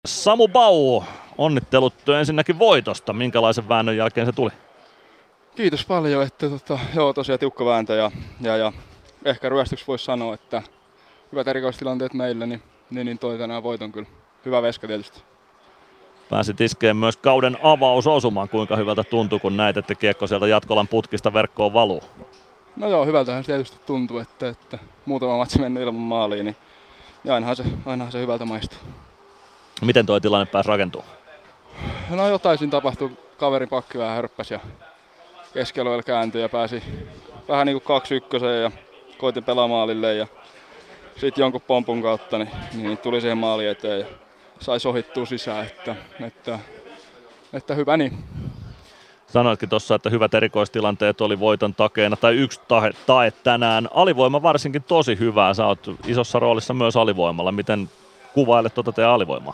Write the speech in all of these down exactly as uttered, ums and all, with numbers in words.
Samu Bau, onnittelut ensinnäkin voitosta. Minkälaisen väännön jälkeen se tuli? Kiitos paljon, että tota, joo, tosiaan tiukka vääntö ja, ja, ja ehkä ryöstyksi voisi sanoa, että hyvät erikoistilanteet meille, niin, niin, niin toi tänään voiton kyllä. Hyvä veska tietysti. Pääsit iskeen myös kauden avausosumaan. Kuinka hyvältä tuntui, kun näit, että kiekko sieltä Jatkolan putkista verkkoon valuu? No joo, hyvältähän se tietysti tuntuu, että, että muutama matsi mennyt ilman maaliin, niin ja ainahan, se, ainahan se hyvältä maistuu. Miten tuo tilanne pääsi rakentumaan? No jotain siinä tapahtui. Kaverin pakki vähän hörppäsi ja keskialueella kääntyi ja pääsi vähän niin kuin kaksi ykköseen ja koitin pelaa maalille ja sitten jonkun pompun kautta niin, niin tuli siihen maali eteen ja sai sohittua sisään, että, että, että hyvä niin. Sanoitkin tuossa, että hyvät erikoistilanteet oli voiton takeena, tai yksi tae, tae tänään. Alivoima varsinkin tosi hyvää, sä oot isossa roolissa myös alivoimalla. Miten kuvailet tuota teidän alivoimaa?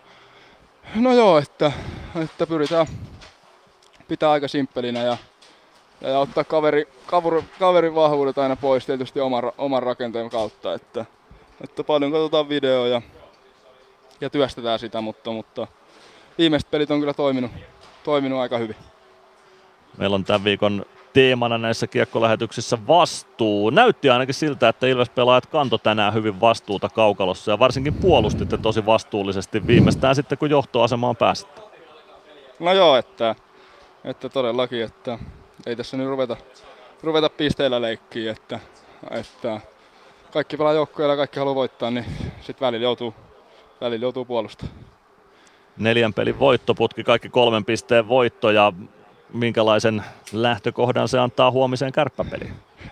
No joo, että, että pyritään pitää aika simppelinä ja, ja ottaa kaveri, kaveri, kaverin vahvuudet aina pois tietysti oman, oman rakenteen kautta. Että, että paljon katsotaan videoa ja, ja työstetään sitä, mutta, mutta viimeiset pelit on kyllä toiminut, toiminut aika hyvin. Meillä on tämän viikon teemana näissä kiekkolähetyksissä vastuu. Näytti ainakin siltä, että Ilves-pelaajat kanto tänään hyvin vastuuta kaukalossa ja varsinkin puolustitte tosi vastuullisesti viimeistään sitten, kun johtoasemaan pääsitte. No joo, että, että todellakin, että ei tässä nyt ruveta, ruveta pisteillä leikkiä, että, että kaikki pelaa joukkueella ja kaikki haluaa voittaa, niin sitten välillä joutuu, välillä joutuu puolustamaan. Neljän pelin voittoputki, kaikki kolmen pisteen voitto ja minkälaisen lähtökohdan se antaa huomiseen kärppäpeliin?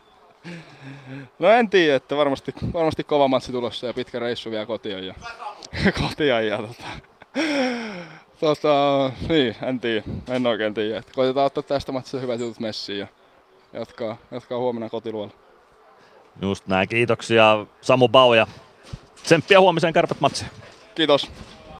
No en tiedä, että varmasti, varmasti kova matsi tulossa ja pitkä reissu vielä kotiin ja, kotiin ja tota, tota, niin, en tiedä, en oikein tiedä. Että koitetaan ottaa tästä matsista hyvät jutut messiin ja jatkaa, jatkaa huomenna kotiluolla. Just näin, kiitoksia Samu Bau ja tsemppiä huomiseen Kärpät-matsiin. Kiitos.